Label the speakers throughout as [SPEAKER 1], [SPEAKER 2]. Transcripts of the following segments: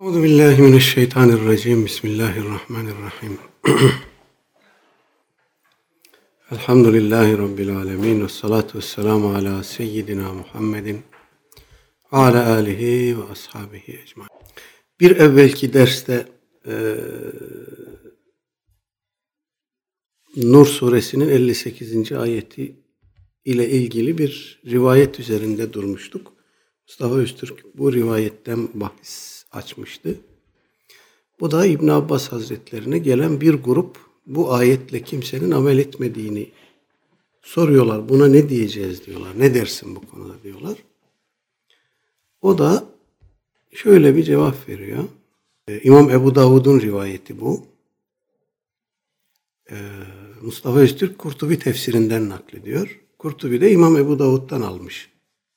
[SPEAKER 1] Euzubillahimineşşeytanirracim. Bismillahirrahmanirrahim. Elhamdülillahi Rabbil alemin. Vessalatu vesselamu ala seyyidina Muhammedin ve ala alihi ve ashabihi ecmaîn. Bir evvelki derste Nur suresinin 58. ayeti ile ilgili bir rivayet üzerinde durmuştuk. Mustafa Öztürk bu rivayetten bahis açmıştı. Bu da İbn Abbas Hazretlerine gelen bir grup bu ayetle kimsenin amel etmediğini soruyorlar. Buna ne diyeceğiz diyorlar. Ne dersin bu konuda diyorlar. O da şöyle bir cevap veriyor. İmam Ebu Davud'un rivayeti bu. Mustafa Öztürk Kurtubi tefsirinden naklediyor. Kurtubi de İmam Ebu Davud'dan almış.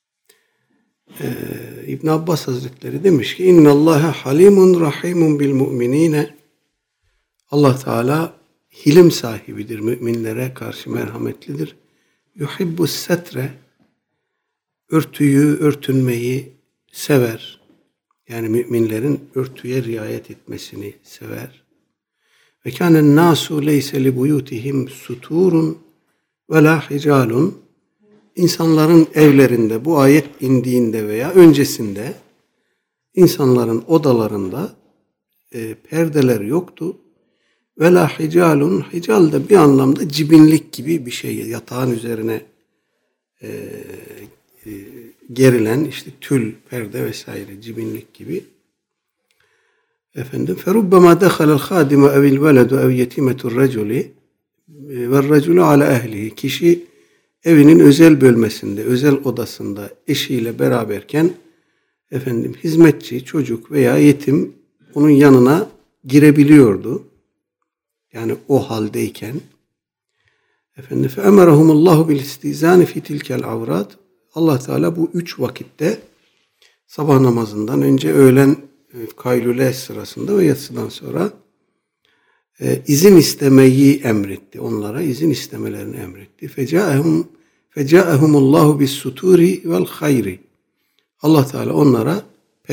[SPEAKER 1] İbn Abbas Hazretleri demiş ki İnnallâhe halimun rahimun bil mu'minîne. Allah Teala hilim sahibidir. Müminlere karşı merhametlidir. Yuhibbus setre. Örtüyü, örtünmeyi sever. Yani müminlerin örtüye riayet etmesini sever. Ve kânen nâsû leyse li buyûtihim suturun ve lâ hicalun. İnsanların evlerinde bu ayet indiğinde veya öncesinde insanların odalarında perdeler yoktu. Ve la hicalun, hical da bir anlamda cibinlik gibi bir şey. Yatağın üzerine gerilen işte tül, perde vesaire cibinlik gibi. Ferubbema dehalel khadime evil veledu ev yetimetur reculi ve reculu ala ehlihi. Kişi evinin özel bölmesinde, özel odasında eşiyle beraberken hizmetçi, çocuk veya yetim onun yanına girebiliyordu. Yani o haldeyken feemerahumullahu bil istizani fi tilkel avrat. Allah Teala bu 3 vakitte sabah namazından önce, öğlen kaylule sırasında ve yatsıdan sonra izin istemeyi emretti. Onlara izin istemelerini emretti. Fecaehumullahu bis suturi vel hayri. Allah Teala onlara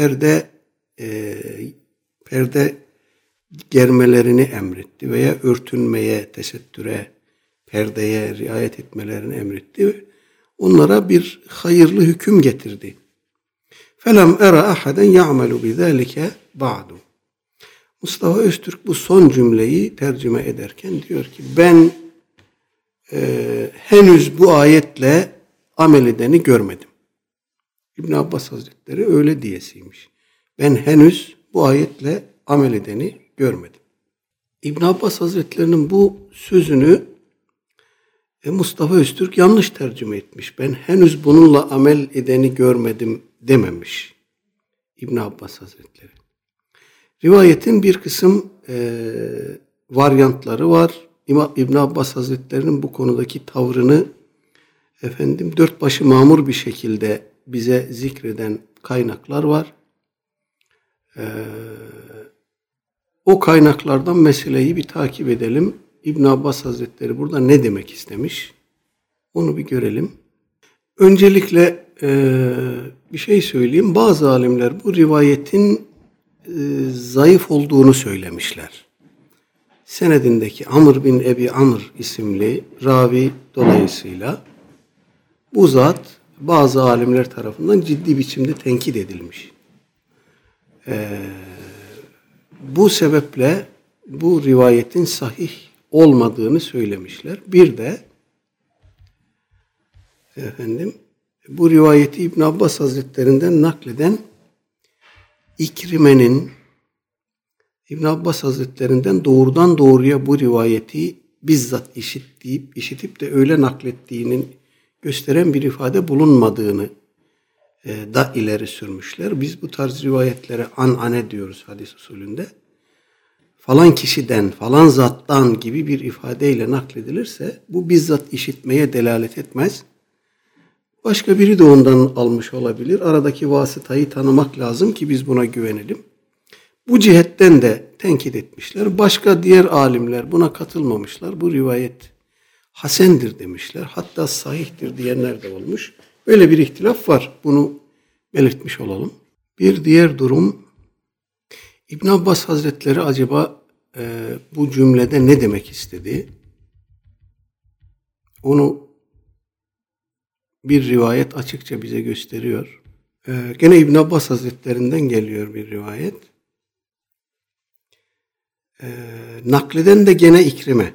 [SPEAKER 1] perde germelerini emretti veya örtünmeye, tesettüre, perdeye riayet etmelerini emretti. Onlara bir hayırlı hüküm getirdi. Felem era ahaden ya'melu bizalike ba'du. Mustafa Öztürk bu son cümleyi tercüme ederken diyor ki ben henüz bu ayetle amel edeni görmedim. İbn Abbas Hazretleri öyle diyesiymiş. Ben henüz bu ayetle amel edeni görmedim. İbn Abbas Hazretlerinin bu sözünü Mustafa Öztürk yanlış tercüme etmiş. Ben henüz bununla amel edeni görmedim dememiş İbn Abbas Hazretleri. Rivayetin bir kısım varyantları var. İbn Abbas Hazretleri'nin bu konudaki tavrını dört başı mamur bir şekilde bize zikreden kaynaklar var. O kaynaklardan meseleyi bir takip edelim. İbn Abbas Hazretleri burada ne demek istemiş? Onu bir görelim. Öncelikle bir şey söyleyeyim. Bazı alimler bu rivayetin zayıf olduğunu söylemişler. Senedindeki Amr bin Ebi Amr isimli ravi dolayısıyla bu zat bazı alimler tarafından ciddi biçimde tenkit edilmiş. Bu sebeple bu rivayetin sahih olmadığını söylemişler. Bir de bu rivayeti İbn Abbas Hazretlerinden nakleden İkrime'nin İbn Abbas Hazretlerinden doğrudan doğruya bu rivayeti bizzat işitip de öyle naklettiğinin gösteren bir ifade bulunmadığını da ileri sürmüşler. Biz bu tarz rivayetlere an'ane diyoruz hadis usulünde. Falan kişiden, falan zattan gibi bir ifadeyle nakledilirse bu bizzat işitmeye delalet etmez. Başka biri de ondan almış olabilir. Aradaki vasıtayı tanımak lazım ki biz buna güvenelim. Bu cihetten de tenkit etmişler. Başka diğer alimler buna katılmamışlar. Bu rivayet hasendir demişler. Hatta sahihtir diyenler de olmuş. Böyle bir ihtilaf var. Bunu belirtmiş olalım. Bir diğer durum, İbn Abbas Hazretleri acaba bu cümlede ne demek istedi? Onu bir rivayet açıkça bize gösteriyor. Gene İbn Abbas Hazretlerinden geliyor bir rivayet. Nakleden de gene İkrime.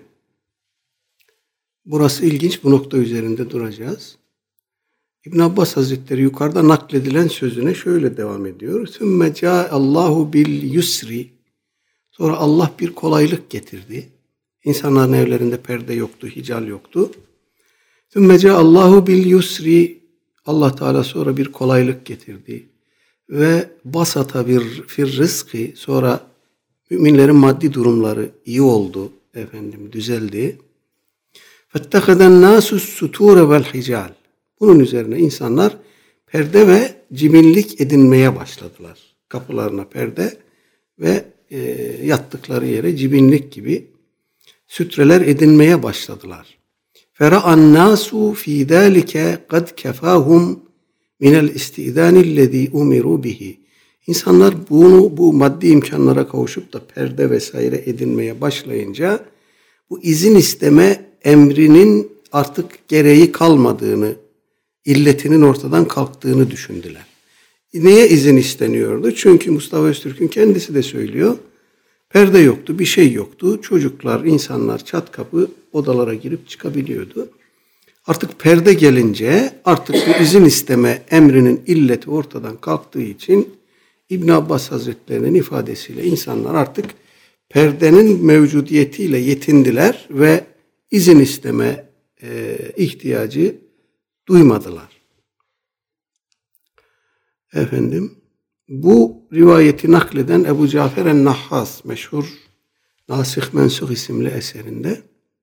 [SPEAKER 1] Burası ilginç, bu nokta üzerinde duracağız. İbn Abbas Hazretleri yukarıda nakledilen sözüne şöyle devam ediyor. ثُمَّ جَاءَ اللّٰهُ بِالْيُسْرِ Sonra Allah bir kolaylık getirdi. İnsanların evlerinde perde yoktu, hical yoktu. ثُمَّ جَاءَ اللّٰهُ بِالْيُسْرِ Allah Teala sonra bir kolaylık getirdi. Ve basata bir fir rızkı sonra müminlerin maddi durumları iyi oldu, düzeldi. فَاتَّخَذَ النَّاسُ السُّتُورَ وَالْحِجَالِ Bunun üzerine insanlar perde ve cibinlik edinmeye başladılar. Kapılarına perde ve yattıkları yere cibinlik gibi sütreler edinmeye başladılar. فَرَأَ النَّاسُ ف۪ي ذَٰلِكَ قَدْ كَفَاهُمْ مِنَ الْاِسْتِئْذَانِ الَّذ۪ي اُمِرُوا بِهِ İnsanlar bu maddi imkanlara kavuşup da perde vesaire edinmeye başlayınca bu izin isteme emrinin artık gereği kalmadığını, illetinin ortadan kalktığını düşündüler. Neye izin isteniyordu? Çünkü Mustafa Öztürk'ün kendisi de söylüyor. Perde yoktu, bir şey yoktu. Çocuklar, insanlar çat kapı odalara girip çıkabiliyordu. Artık perde gelince artık bu izin isteme emrinin illeti ortadan kalktığı için İbn Abbas Hazretleri'nin ifadesiyle insanlar artık perdenin mevcudiyetiyle yetindiler ve izin isteme ihtiyacı duymadılar. Bu rivayeti nakleden Ebu Cafer el-Nahhas meşhur Nasih Mensuh isimli eserinde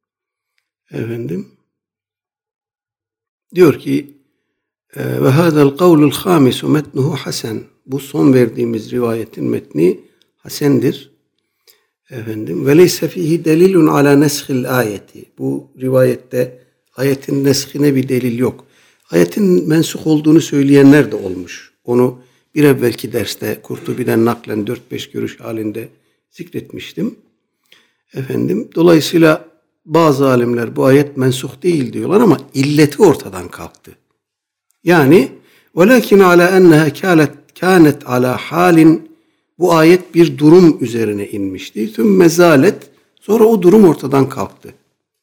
[SPEAKER 1] diyor ki ve hâzel kavlul hâmisu metnuhu hasen bu son verdiğimiz rivayetin metni hasendir. Ve leyse fihi delilun ala neshil ayeti. Bu rivayette ayetin neshine bir delil yok. Ayetin mensuh olduğunu söyleyenler de olmuş. Onu bir evvelki derste Kurtubi'den naklen 4-5 görüş halinde zikretmiştim. Dolayısıyla bazı alimler bu ayet mensuh değil diyorlar ama illeti ortadan kalktı. Yani velakin ala enneha kânet ala halin bu ayet bir durum üzerine inmişti. Tüm mezalet sonra o durum ortadan kalktı.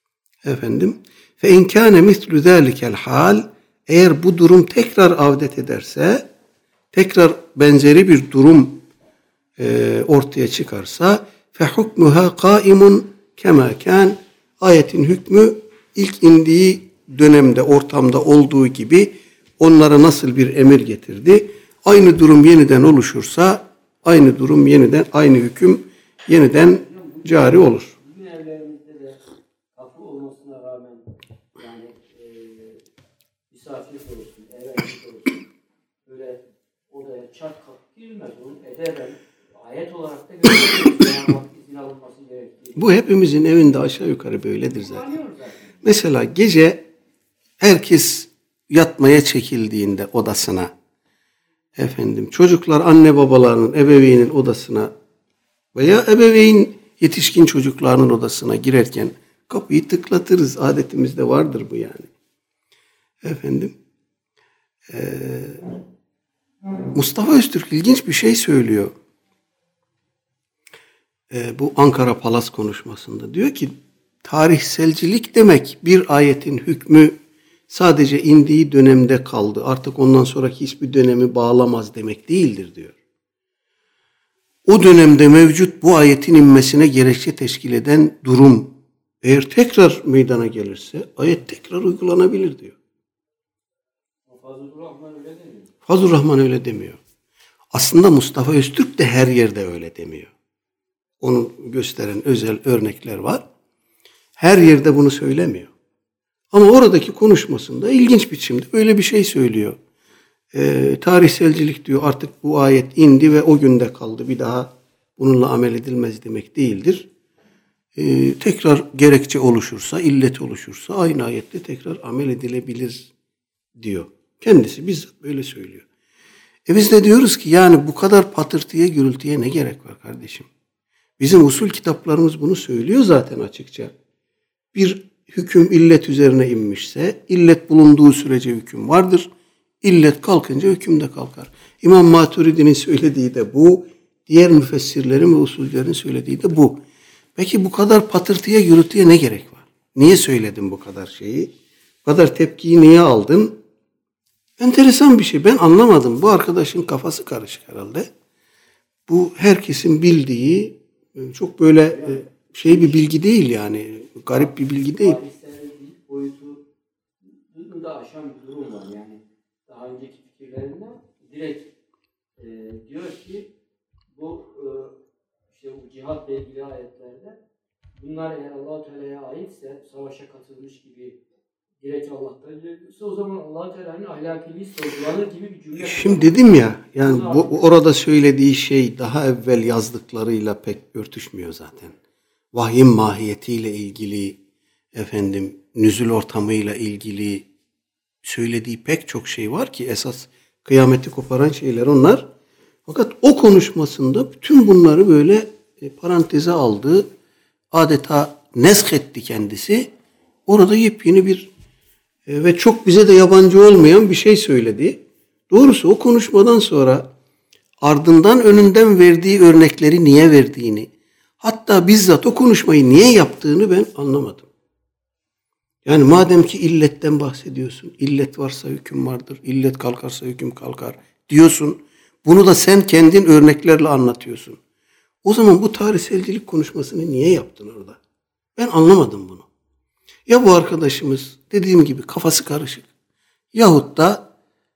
[SPEAKER 1] Fe in kâne mislü zâlikel hal eğer bu durum tekrar avdet ederse tekrar benzeri bir durum ortaya çıkarsa fe hukmuha kaimun kema kan ayetin hükmü ilk indiği dönemde ortamda olduğu gibi onlara nasıl bir emir getirdi? Aynı durum yeniden oluşursa aynı durum yeniden aynı hüküm yeniden cari olur.
[SPEAKER 2] Bizim evlerimizde de kapı olmasına rağmen yani misafir olsun, eve olsun böyle odaya çat kapı girilmez. Onun edeben ayet olarak da görüyoruz. İzin alınması gerektiği.
[SPEAKER 1] Bu hepimizin evinde aşağı yukarı böyledir zaten. Mesela gece herkes yatmaya çekildiğinde odasına çocuklar anne babalarının ebeveynin odasına veya ebeveyn yetişkin çocuklarının odasına girerken kapıyı tıklatırız. Adetimizde vardır bu yani. Mustafa Öztürk ilginç bir şey söylüyor. Bu Ankara Palas konuşmasında diyor ki tarihselcilik demek bir ayetin hükmü sadece indiği dönemde kaldı. Artık ondan sonraki hiçbir dönemi bağlamaz demek değildir diyor. O dönemde mevcut bu ayetin inmesine gerekçe teşkil eden durum eğer tekrar meydana gelirse ayet tekrar uygulanabilir diyor. Fazıl Rahman öyle demiyor. Aslında Mustafa Öztürk de her yerde öyle demiyor. Onu gösteren özel örnekler var. Her yerde bunu söylemiyor. Ama oradaki konuşmasında ilginç biçimde öyle bir şey söylüyor. Tarihselcilik diyor artık bu ayet indi ve o günde kaldı. Bir daha bununla amel edilmez demek değildir. Tekrar gerekçe oluşursa, illet oluşursa aynı ayette tekrar amel edilebilir diyor. Kendisi bizzat böyle söylüyor. Biz de diyoruz ki yani bu kadar patırtıya, gürültüye ne gerek var kardeşim? Bizim usul kitaplarımız bunu söylüyor zaten açıkça. Bir hüküm illet üzerine inmişse, illet bulunduğu sürece hüküm vardır. İllet kalkınca hüküm de kalkar. İmam Maturidi'nin söylediği de bu. Diğer müfessirlerin ve usulcülerin söylediği de bu. Peki bu kadar patırtıya, gürültüye ne gerek var? Niye söyledin bu kadar şeyi? Bu kadar tepkiyi niye aldın? Enteresan bir şey. Ben anlamadım. Bu arkadaşın kafası karışık herhalde. Bu herkesin bildiği çok böyle bir bilgi değil yani. Garip bir bilgi değil.
[SPEAKER 2] Tarihsellik boyutunu da aşan bir durum var. Yani daha önceki fikirlerinden direkt diyor ki bu işte bu cihatla ilgili ayetlerde bunlar eğer Allah-u Teala'ya aitse savaşa katılmış gibi direkt Allah'tan geliyorsa o zaman Allah-u Teala'nın ahlakiliği sorgulanır gibi bir cümle.
[SPEAKER 1] Şimdi dedim ya yani bu orada söylediği şey daha evvel yazdıklarıyla pek örtüşmüyor zaten. Vahyin mahiyetiyle ilgili nüzul ortamıyla ilgili söylediği pek çok şey var ki esas kıyameti koparan şeyler onlar. Fakat o konuşmasında bütün bunları böyle paranteze aldı. Adeta nesk etti kendisi. Orada yepyeni bir ve çok bize de yabancı olmayan bir şey söyledi. Doğrusu o konuşmadan sonra ardından önünden verdiği örnekleri niye verdiğini, hatta bizzat o konuşmayı niye yaptığını ben anlamadım. Yani madem ki illetten bahsediyorsun, illet varsa hüküm vardır, illet kalkarsa hüküm kalkar diyorsun. Bunu da sen kendin örneklerle anlatıyorsun. O zaman bu tarihselcilik konuşmasını niye yaptın orada? Ben anlamadım bunu. Ya bu arkadaşımız dediğim gibi kafası karışık. Yahut da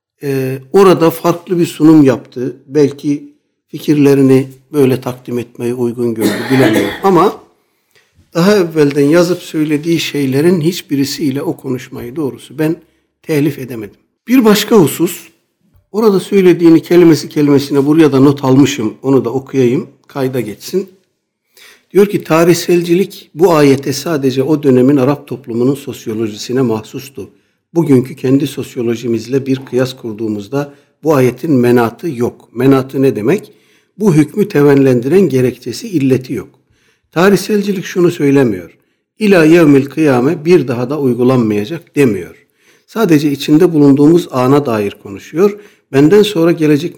[SPEAKER 1] orada farklı bir sunum yaptı. Belki fikirlerini böyle takdim etmeyi uygun gördü, bilemiyorum. Ama daha evvelden yazıp söylediği şeylerin hiçbirisiyle o konuşmayı doğrusu ben telif edemedim. Bir başka husus, orada söylediğini kelimesi kelimesine buraya da not almışım. Onu da okuyayım, kayda geçsin. Diyor ki tarihselcilik bu ayete sadece o dönemin Arap toplumunun sosyolojisine mahsustu. Bugünkü kendi sosyolojimizle bir kıyas kurduğumuzda bu ayetin menatı yok. Menatı ne demek? Bu hükmü temellendiren gerekçesi, illeti yok. Tarihselcilik şunu söylemiyor. İlâ yevmil kıyame bir daha da uygulanmayacak demiyor. Sadece içinde bulunduğumuz ana dair konuşuyor. Benden sonra gelecek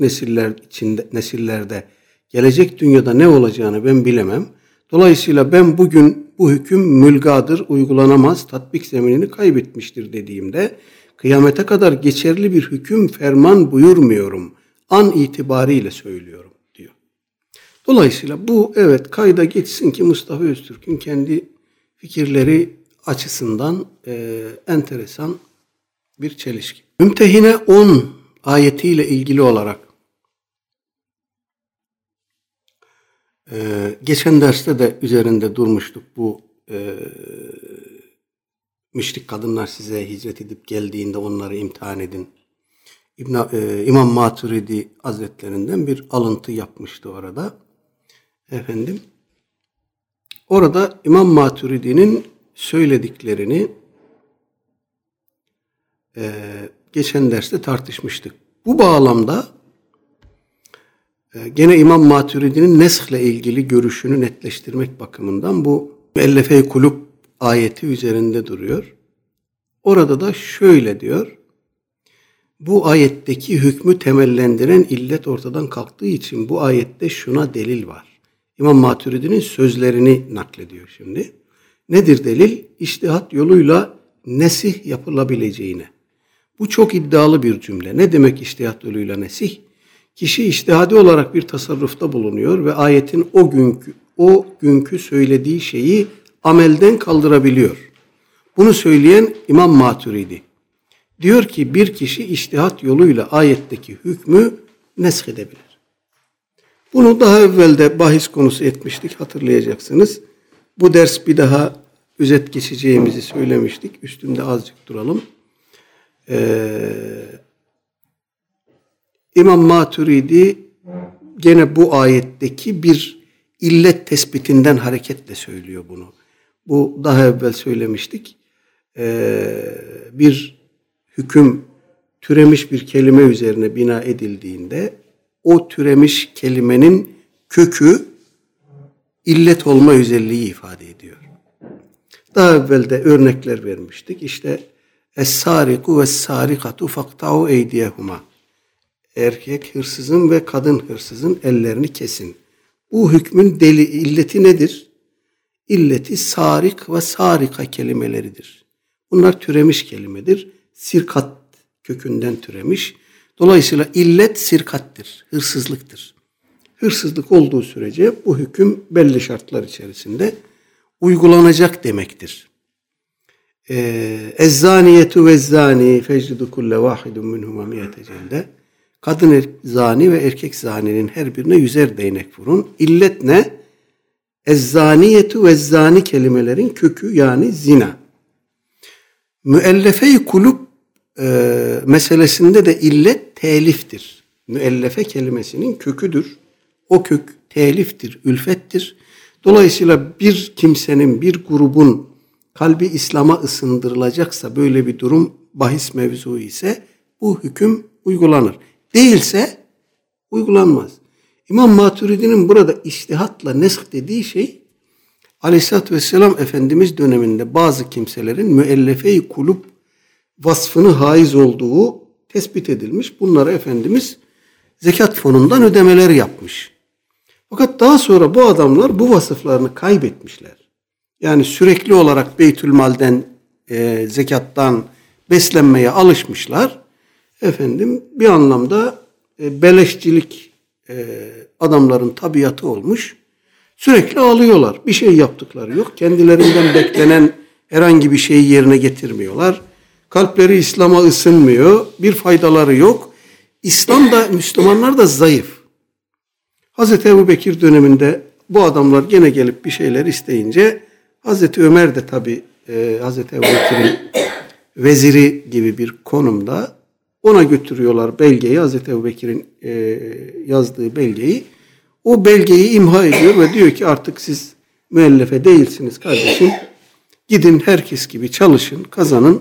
[SPEAKER 1] nesillerde, gelecek dünyada ne olacağını ben bilemem. Dolayısıyla ben bugün bu hüküm mülgadır, uygulanamaz, tatbik zeminini kaybetmiştir dediğimde kıyamete kadar geçerli bir hüküm ferman buyurmuyorum. An itibariyle söylüyorum diyor. Dolayısıyla bu evet kayda geçsin ki Mustafa Öztürk'ün kendi fikirleri açısından enteresan bir çelişki. Mümtehine 10 ayetiyle ilgili olarak geçen derste de üzerinde durmuştuk. Bu müşrik kadınlar size hicret edip geldiğinde onları imtihan edin. İmam Maturidi Hazretlerinden bir alıntı yapmıştı orada. Orada İmam Maturidi'nin söylediklerini geçen derste tartışmıştık. Bu bağlamda gene İmam Maturidi'nin neshle ilgili görüşünü netleştirmek bakımından bu Müellefe-i Kulub ayeti üzerinde duruyor. Orada da şöyle diyor. Bu ayetteki hükmü temellendiren illet ortadan kalktığı için bu ayette şuna delil var. İmam Maturidi'nin sözlerini naklediyor şimdi. Nedir delil? İçtihat yoluyla nesih yapılabileceğine. Bu çok iddialı bir cümle. Ne demek içtihat yoluyla nesih? Kişi içtihadi olarak bir tasarrufta bulunuyor ve ayetin o günkü söylediği şeyi amelden kaldırabiliyor. Bunu söyleyen İmam Maturidi. Diyor ki bir kişi içtihat yoluyla ayetteki hükmü nesk edebilir. Bunu daha evvel de bahis konusu etmiştik, hatırlayacaksınız. Bu ders bir daha özet geçeceğimizi söylemiştik. Üstünde azıcık duralım. İmam Maturidi gene bu ayetteki bir illet tespitinden hareketle söylüyor bunu. Bu daha evvel söylemiştik. Bir hüküm türemiş bir kelime üzerine bina edildiğinde o türemiş kelimenin kökü illet olma özelliği ifade ediyor. Daha evvel de örnekler vermiştik. İşte Es-sariku ve's-sarikatu fakta'u eydiyehuma. Erkek hırsızın ve kadın hırsızın ellerini kesin. Bu hükmün illeti nedir? İlleti sarik ve sarika kelimeleridir. Bunlar türemiş kelimedir. Sirkat kökünden türemiş. Dolayısıyla illet sirkattir, hırsızlıktır. Hırsızlık olduğu sürece bu hüküm belli şartlar içerisinde uygulanacak demektir. Ez-zaniyetu vez-zani feclidu kulle vahidun minhuma miyete celde. Kadın zani ve erkek zaninin her birine 100'er değnek vurun. İllet ne? Ez-zaniyetu vez-zani kelimelerin kökü yani zina. Müellefe-i kulub meselesinde de illet teliftir. Müellefe kelimesinin köküdür. O kök teliftir, ülfettir. Dolayısıyla bir kimsenin, bir grubun kalbi İslam'a ısındırılacaksa, böyle bir durum bahis mevzu ise bu hüküm uygulanır. Değilse uygulanmaz. İmam Maturidi'nin burada içtihatla nesk dediği şey, Aleyhisselatü Vesselam Efendimiz döneminde bazı kimselerin müellefe-i kulub vasfını haiz olduğu tespit edilmiş. Bunlara Efendimiz zekat fonundan ödemeler yapmış. Fakat daha sonra bu adamlar bu vasıflarını kaybetmişler. Yani sürekli olarak Beytülmal'den, zekattan beslenmeye alışmışlar. Efendim bir anlamda beleşçilik adamların tabiatı olmuş. Sürekli alıyorlar. Bir şey yaptıkları yok. Kendilerinden beklenen herhangi bir şeyi yerine getirmiyorlar. Kalpleri İslam'a ısınmıyor. Bir faydaları yok. İslam da, Müslümanlar da zayıf. Hazreti Ebubekir döneminde bu adamlar gene gelip bir şeyler isteyince Hazreti Ömer de tabii Hazreti Ebubekir'in veziri gibi bir konumda, ona götürüyorlar belgeyi, Hazreti Ebubekir'in yazdığı belgeyi. O belgeyi imha ediyor ve diyor ki artık siz müellefe değilsiniz kardeşim. Gidin herkes gibi çalışın, kazanın.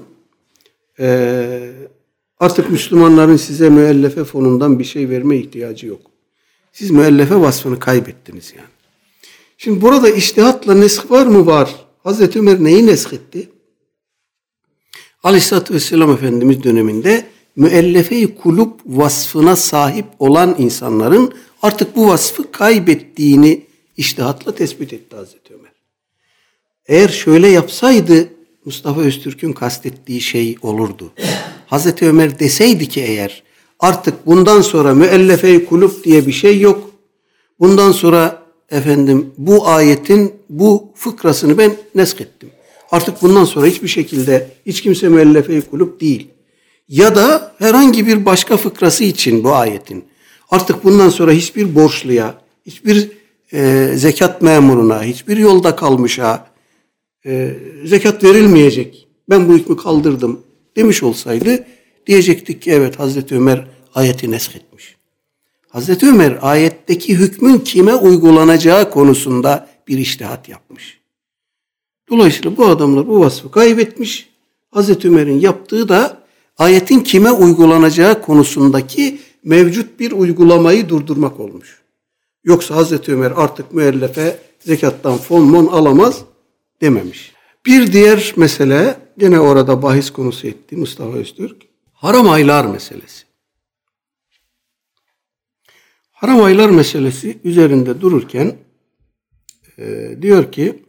[SPEAKER 1] Artık Müslümanların size müellefe fonundan bir şey verme ihtiyacı yok. Siz müellefe vasfını kaybettiniz yani. Şimdi burada içtihatla nesk var mı? Var. Hazreti Ömer neyi nesk etti? Aleyhisselatü Vesselam Efendimiz döneminde müellefe-i kulub vasfına sahip olan insanların artık bu vasfı kaybettiğini içtihatla tespit etti Hazreti Ömer. Eğer şöyle yapsaydı Mustafa Öztürk'ün kastettiği şey olurdu. Hazreti Ömer deseydi ki eğer artık bundan sonra müellefe-i kulub diye bir şey yok. Bundan sonra efendim bu ayetin bu fıkrasını ben nesk ettim. Artık bundan sonra hiçbir şekilde hiç kimse müellefe-i kulub değil. Ya da herhangi bir başka fıkrası için bu ayetin artık bundan sonra hiçbir borçluya, hiçbir zekat memuruna, hiçbir yolda kalmışa zekat verilmeyecek. Ben bu hükmü kaldırdım demiş olsaydı diyecektik ki evet Hazreti Ömer ayeti nesk etmiş. Hazreti Ömer ayetteki hükmün kime uygulanacağı konusunda bir içtihat yapmış. Dolayısıyla bu adamlar bu vasfı kaybetmiş. Hazreti Ömer'in yaptığı da ayetin kime uygulanacağı konusundaki mevcut bir uygulamayı durdurmak olmuş. Yoksa Hazreti Ömer artık müellefe zekattan fon alamaz dememiş. Bir diğer mesele, gene orada bahis konusu etti Mustafa Öztürk, haram aylar meselesi. Haram aylar meselesi üzerinde dururken diyor ki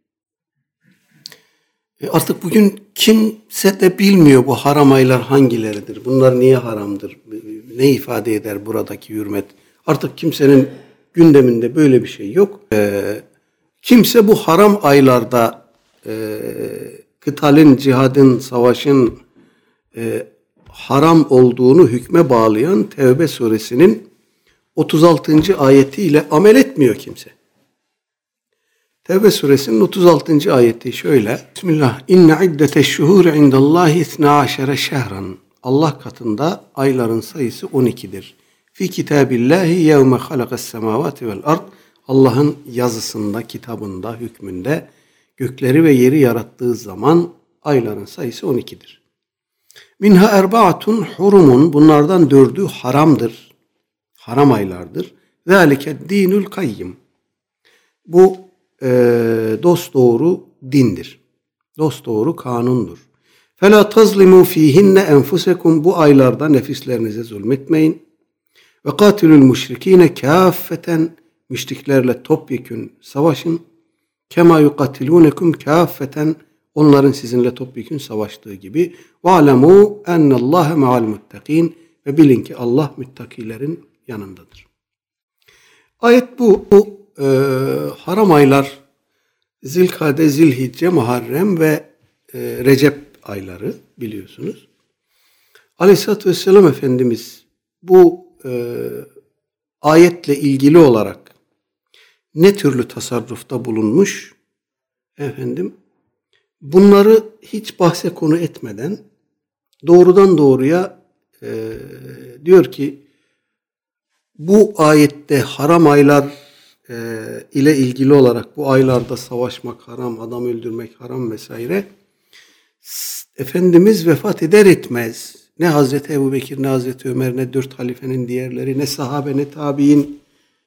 [SPEAKER 1] artık bugün kimse de bilmiyor bu haram aylar hangileridir. Bunlar niye haramdır? Ne ifade eder buradaki hürmet? Artık kimsenin gündeminde böyle bir şey yok. Kimse bu haram aylarda kıtalin, cihadın, savaşın haram olduğunu hükme bağlayan Tevbe suresinin 36. ayetiyle amel etmiyor kimse. Tevbe suresinin 36. ayeti şöyle. Bismillah. İnne iddeteşşuhûri indallâhi 12 şehran. Allah katında ayların sayısı 12'dir. Fi kitâbillâhi yevme halakas semâvâti vel ard. Allah'ın yazısında, kitabında, hükmünde gökleri ve yeri yarattığı zaman ayların sayısı 12'dir. Minha erbaatun hurumun, bunlardan 4'ü haramdır. Haram aylardır. Zâlike dinul kayyim. Bu dosdoğru dindir. Dosdoğru kanundur. Fela tazlimu fihinne enfusekum, bu aylarda nefislerinize zulmetmeyin. Ve katilul müşrikine kâffeten, müşriklerle topyekün savaşın. Kema yukatilunekum kâffeten, onların sizinle topyekün savaştığı gibi. Ve alemu ennallâhe ma'al muttaqin, ve bilin ki Allah müttakilerin yanındadır. Ayet bu. Haram aylar Zilkade, Zilhicce, Muharrem ve Recep ayları biliyorsunuz. Aleyhisselatü Vesselam Efendimiz bu ayetle ilgili olarak ne türlü tasarrufta bulunmuş? Bunları hiç bahse konu etmeden doğrudan doğruya diyor ki bu ayette haram aylar ile ilgili olarak bu aylarda savaşmak haram, adam öldürmek haram vesaire. Efendimiz vefat eder etmez ne Hazreti Ebubekir, ne Hazreti Ömer, ne 4 halifenin diğerleri, ne sahabe, ne tabiin,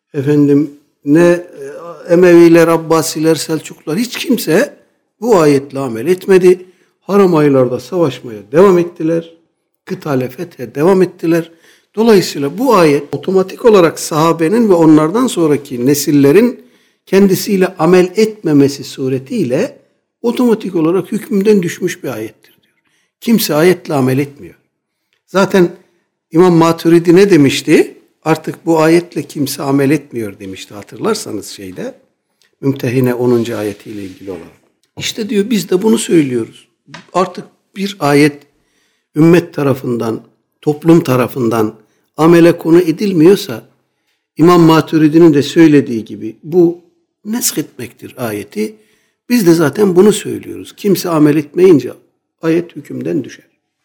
[SPEAKER 1] ne Emeviler, Abbasiler, Selçuklular, hiç kimse bu ayetle amel etmedi. Haram aylarda savaşmaya devam ettiler. Kıtale, fethe devam ettiler. Dolayısıyla bu ayet otomatik olarak sahabenin ve onlardan sonraki nesillerin kendisiyle amel etmemesi suretiyle otomatik olarak hükmünden düşmüş bir ayettir diyor. Kimse ayetle amel etmiyor. Zaten İmam Maturidi ne demişti? Artık bu ayetle kimse amel etmiyor demişti, hatırlarsanız Mümtehine 10. ayetiyle ilgili olarak. İşte diyor biz de bunu söylüyoruz. Artık bir ayet ümmet tarafından, toplum tarafından amele konu edilmiyorsa, İmam Maturidi'nin de söylediği gibi bu nesk etmektir ayeti. Biz de zaten bunu söylüyoruz. Kimse amel etmeyince ayet hükümden düşer.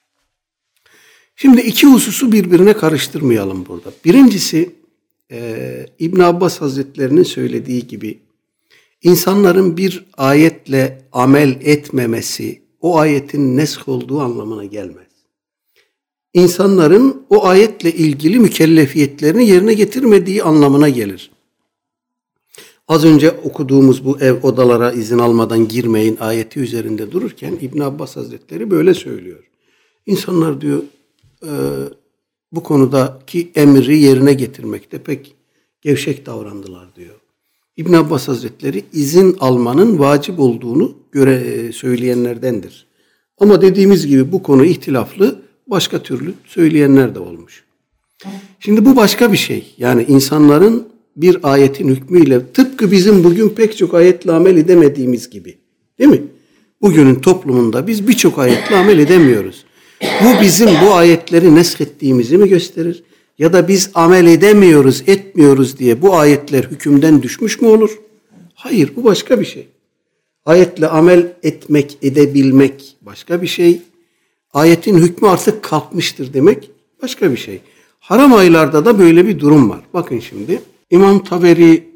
[SPEAKER 1] Şimdi iki hususu birbirine karıştırmayalım burada. Birincisi İbn Abbas Hazretlerinin söylediği gibi insanların bir ayetle amel etmemesi o ayetin nesk olduğu anlamına gelmez. İnsanların o ayetle ilgili mükellefiyetlerini yerine getirmediği anlamına gelir. Az önce okuduğumuz bu ev odalara izin almadan girmeyin ayeti üzerinde dururken İbn Abbas Hazretleri böyle söylüyor. İnsanlar diyor bu konudaki emri yerine getirmekte pek gevşek davrandılar diyor. İbn Abbas Hazretleri izin almanın vacip olduğunu söyleyenlerdendir. Ama dediğimiz gibi bu konu ihtilaflı, başka türlü söyleyenler de olmuş. Şimdi bu başka bir şey. Yani insanların bir ayetin hükmüyle tıpkı bizim bugün pek çok ayetle amel edemediğimiz gibi. Değil mi? Bugünün toplumunda biz birçok ayetle amel edemiyoruz. Bu bizim bu ayetleri neskettiğimizi mi gösterir? Ya da biz amel edemiyoruz, etmiyoruz diye bu ayetler hükümden düşmüş mü olur? Hayır, bu başka bir şey. Ayetle amel etmek, edebilmek başka bir şey. Ayetin hükmü artık kalkmıştır demek başka bir şey. Haram aylarda da böyle bir durum var. Bakın şimdi İmam Taberi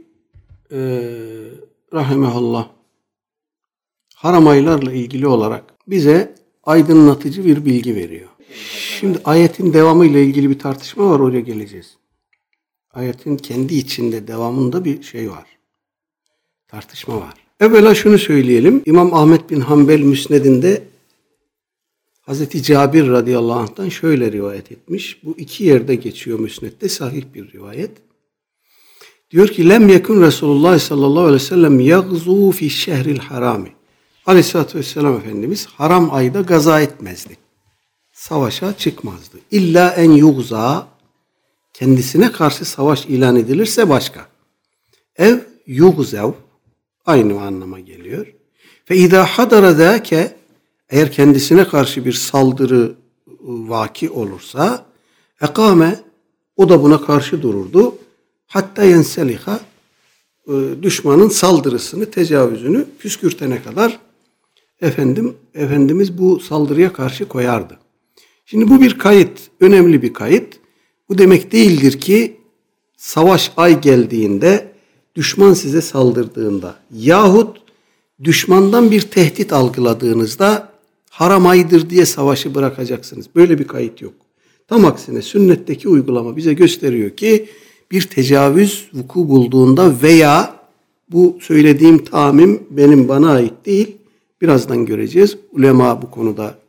[SPEAKER 1] rahimehullah haram aylarla ilgili olarak bize aydınlatıcı bir bilgi veriyor. Şimdi ayetin devamı ile ilgili bir tartışma var, oraya geleceğiz. Ayetin kendi içinde devamında bir şey var. Tartışma var. Evvela şunu söyleyelim. İmam Ahmed bin Hanbel Müsned'inde Hazreti Cabir radıyallahu anh'tan şöyle rivayet etmiş. Bu iki yerde geçiyor Müsned'de, sahih bir rivayet. Diyor ki lem yekun Resulullah sallallahu aleyhi ve sellem yagzu fi şehril harami. Aleyhisselatü vesselam Efendimiz haram ayda gaza etmezdi. Savaşa çıkmazdı. İlla en yugza, kendisine karşı savaş ilan edilirse başka. Ev yugzev aynı anlama geliyor. Fe idâ hadara zâke, eğer kendisine karşı bir saldırı vaki olursa ekame, o da buna karşı dururdu. Hatta yenseliha, düşmanın saldırısını, tecavüzünü püskürtene kadar Efendimiz bu saldırıya karşı koyardı. Şimdi bu bir kayıt, önemli bir kayıt. Bu demek değildir ki savaş ay geldiğinde, düşman size saldırdığında yahut düşmandan bir tehdit algıladığınızda haram aydır diye savaşı bırakacaksınız. Böyle bir kayıt yok. Tam aksine sünnetteki uygulama bize gösteriyor ki bir tecavüz vuku bulduğunda veya bu söylediğim tamim bana ait değil. Birazdan göreceğiz. Ulema bu konuda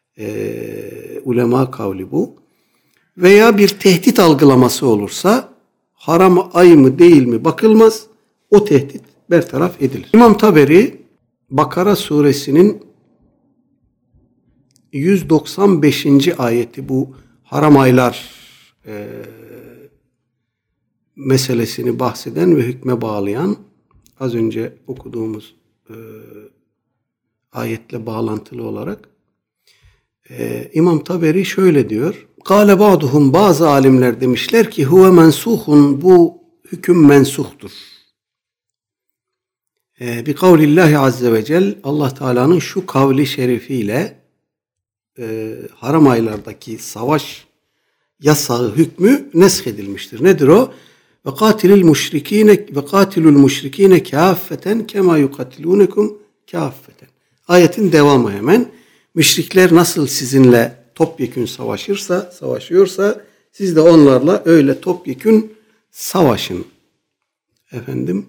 [SPEAKER 1] ulema kavli bu. Veya bir tehdit algılaması olursa haram ay mı değil mi bakılmaz. O tehdit bertaraf edilir. İmam Taberi Bakara suresinin 195. ayeti bu haram aylar meselesini bahseden ve hükme bağlayan az önce okuduğumuz ayetle bağlantılı olarak İmam Taberi şöyle diyor. Kâle ba'duhum bazı alimler demişler ki huve mensuhun bu hüküm mensuhtur. Bi kavlillahi azze ve cel Allah Teala'nın şu kavli şerifiyle haram aylardaki savaş yasağı hükmü nesk edilmiştir. Nedir o? Ve katilul müşrikine kâffeten kema yukatilunekum kâffeten. Ayetin devamı hemen. Müşrikler nasıl sizinle topyekün savaşıyorsa siz de onlarla öyle topyekün savaşın. Efendim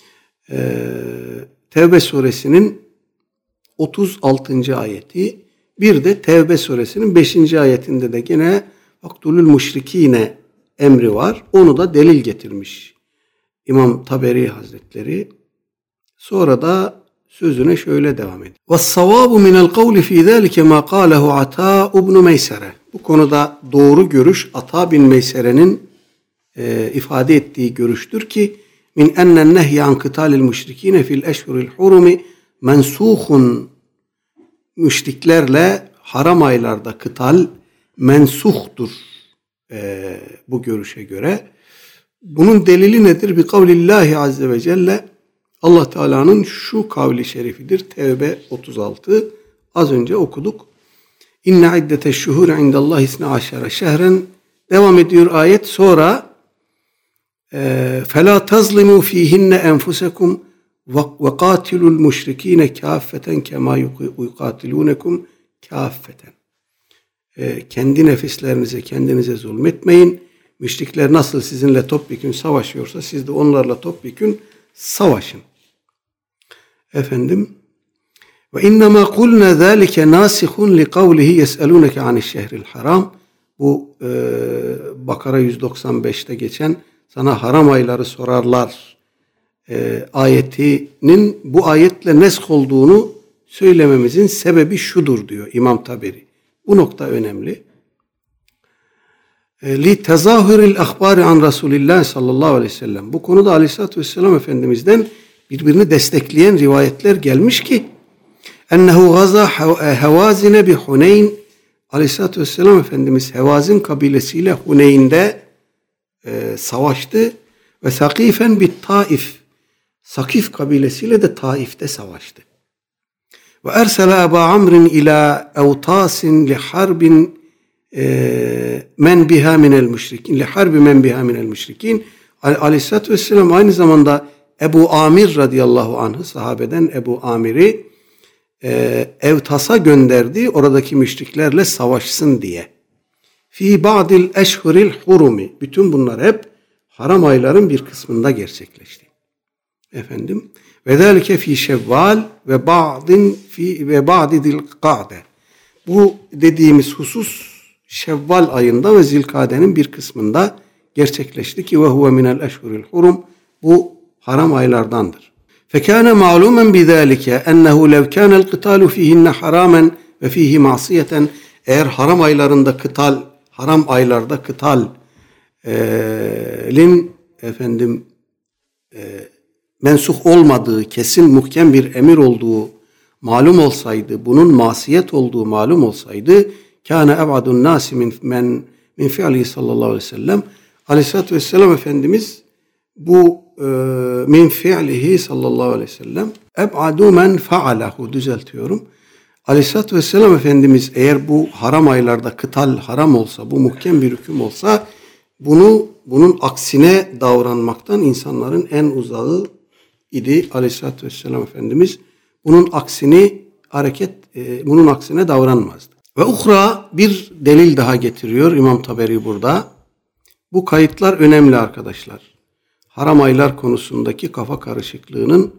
[SPEAKER 1] Tevbe suresinin 36. ayeti, bir de Tevbe suresinin 5. ayetinde de yine vaktulul müşrikine emri var. Onu da delil getirmiş İmam Taberi Hazretleri. Sonra da sözüne şöyle devam ediyor. وَالصَّوَابُ مِنَ الْقَوْلِ فِي ذَٰلِكَ مَا قَالَهُ عَطَاءُ بْنُ مَيْسَرَةَ. Bu konuda doğru görüş Ata bin Meysere'nin ifade ettiği görüştür ki min ennen nehyi an kıtalil müşrikine fil eşhuril hurumi mensuhun. Müşriklerle haram aylarda kıtal mensuhtur bu görüşe göre. Bunun delili nedir? Bi kavlillahi azze ve celle, Allah Teala'nın şu kavli şerifidir. Tevbe 36. Az önce okuduk. İnne iddeteş şuhur indallahi isne aşere şehren. Devam ediyor ayet. Sonra فَلَا تَظْلِمُوا ف۪يهِنَّ اَنْفُسَكُمْ وَقَاتِلُوا الْمُشْرِك۪ينَ كَافَّةً كَمَا يُقَاتِلُونَكُمْ كَافَّةً. Kendi nefislerinize, kendinize zulmetmeyin. Müşrikler nasıl sizinle topyekün savaşıyorsa siz de onlarla topyekün savaşın. Efendim ve innema kulna zalika nasihun li kavlihi yes'alunke anişşehril haram. Bu Bakara 195'te geçen sana haram ayları sorarlar ayetinin bu ayetle nesk olduğunu söylememizin sebebi şudur diyor İmam Taberi. Bu nokta önemli. Li tezahüril ahbari an Resulillah sallallahu aleyhi ve sellem. Bu konuda aleyhissalatü vesselam Efendimiz'den birbirini destekleyen rivayetler gelmiş ki ennehu gaza Hevazine bi Huneyn. Aleyhissalatü vesselam Efendimiz Hevazin kabilesiyle Huneyn'de savaştı ve Sakifen bi Taif. Sakif kabilesiyle de Taif'te savaştı. Ve ersele Ebu Amr'in ila evtasin li harbin men biha minel müşrikin. Li harbi men biha minel müşrikin. Aleyhissalatü vesselam aynı zamanda Ebu Amir radıyallahu anh'ı, sahabeden Ebu Amir'i Evtas'a gönderdi, oradaki müşriklerle savaşsın diye. Fi ba'dil eşhuril hurumi. Bütün bunlar hep haram ayların bir kısmında gerçekleşti. Efendim ve zalike fi Şevval ve ba'di Zilkade. Bu dediğimiz husus Şevval ayında ve Zilkade'nin bir kısmında gerçekleşti ki ve huve minel eşhuril hurum. Bu haram aylardandır. Fekâne ma'lumen bidâlike ennehu lev kânel kıtâlu fîhinne harâmen ve fîhi ma'siyeten. Eğer haram aylarında kıtal, haram aylarda kıtalin mensuh olmadığı, kesin muhkem bir emir olduğu malum olsaydı, bunun masiyet olduğu malum olsaydı, kâne eb'adun nâsi min fi'lihi sallallahu aleyhi ve sellem. Aleyhisselatü vesselam Efendimiz bu min fi'lihi sallallahu aleyhi ve sellem eb'adu men fa'alahu, düzeltiyorum. Aleyhisselatü vesselam Efendimiz eğer bu haram aylarda kıtal haram olsa, bu muhkem bir hüküm olsa, bunun aksine davranmaktan insanların en uzağı idi Aleyhisselatü vesselam Efendimiz. Bunun aksini bunun aksine davranmazdı. Ve uhra, bir delil daha getiriyor İmam Taberi burada. Bu kayıtlar önemli arkadaşlar. Haram aylar konusundaki kafa karışıklığının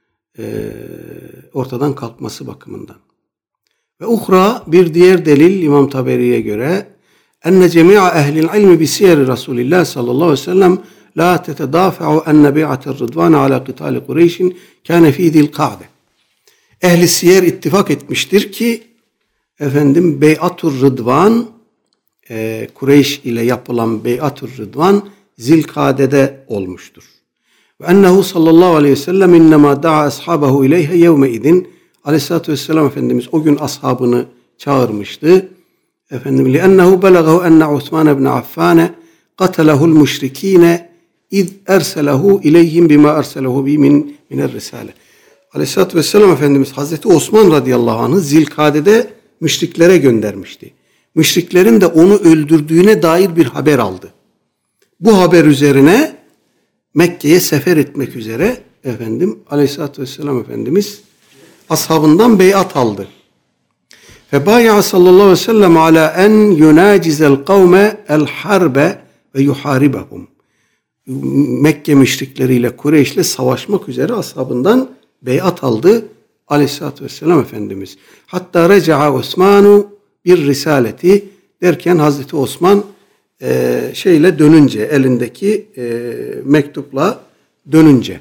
[SPEAKER 1] ortadan kalkması bakımından. Ve uhra, bir diğer delil İmam Taberi'ye göre enne cemi'a ehlil ilmi bi siyeri Resulillah sallallahu aleyhi ve sellem la tetedafa'u enne bi'atir rıdvan ala kıtali Kureyş'in kâne fî zil ka'de. Ehli siyer ittifak etmiştir ki Bey'atur Rıdvan, Kureyş ile yapılan Bey'atur Rıdvan Zilkade'de olmuştur. Ve ennehu sallallahu aleyhi ve sellem innema da'a ashabahu ileyhe yevme idin. Aleyhissalatü vesselam Efendimiz o gün ashabını çağırmıştı. Li'ennehu belagahu enne Osman ibn Affan qatalehu'l müşrikîne iz erselehu ileyhim bima erselehu bi min'r risale. Aleyhissalatü vesselam Efendimiz Hazreti Osman radıyallahu anh'ı Zilkade'de müşriklere göndermişti. Müşriklerin de onu öldürdüğüne dair bir haber aldı. Bu haber üzerine Mekke'ye sefer etmek üzere Aleyhissalatü vesselam Efendimiz ashabından beyat aldı. Febâya'a sallallahu aleyhi ve sellem ala en yunacizel kavme el harbe ve yuharibahum. Mekke müşrikleriyle Kureyş'le savaşmak üzere ashabından beyat aldı Aleyhissalatü vesselam Efendimiz. Hatta reca'a Osmanu bir risaleti derken Hazreti Osman dönünce, elindeki mektupla dönünce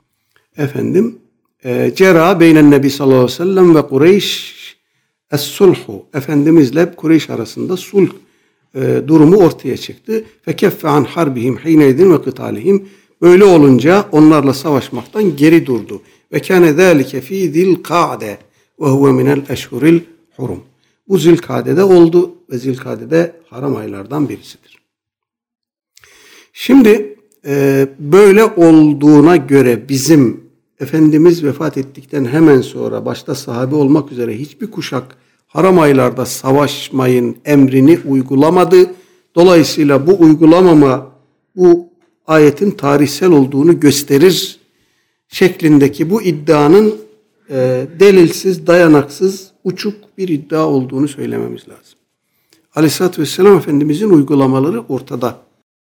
[SPEAKER 1] cera beynen nebi sallallahu aleyhi ve sellem ve Kureyş es-sulhu, Efendimizle Kureyş arasında sulh durumu ortaya çıktı. Fekeffe an harbihim hineydin ve kıtalihim. Böyle olunca onlarla savaşmaktan geri durdu. Ve kâne zâlike fî zilkâde ve huve minel eşhuril hurum. Bu Zilkade'de oldu ve Zilkade'de haram aylardan birisidir. Şimdi böyle olduğuna göre bizim Efendimiz vefat ettikten hemen sonra başta sahabe olmak üzere hiçbir kuşak haram aylarda savaşmayın emrini uygulamadı. Dolayısıyla bu uygulamama bu ayetin tarihsel olduğunu gösterir şeklindeki bu iddianın delilsiz, dayanaksız, uçuk bir iddia olduğunu söylememiz lazım. Aleyhisselatü Vesselam Efendimizin uygulamaları ortada.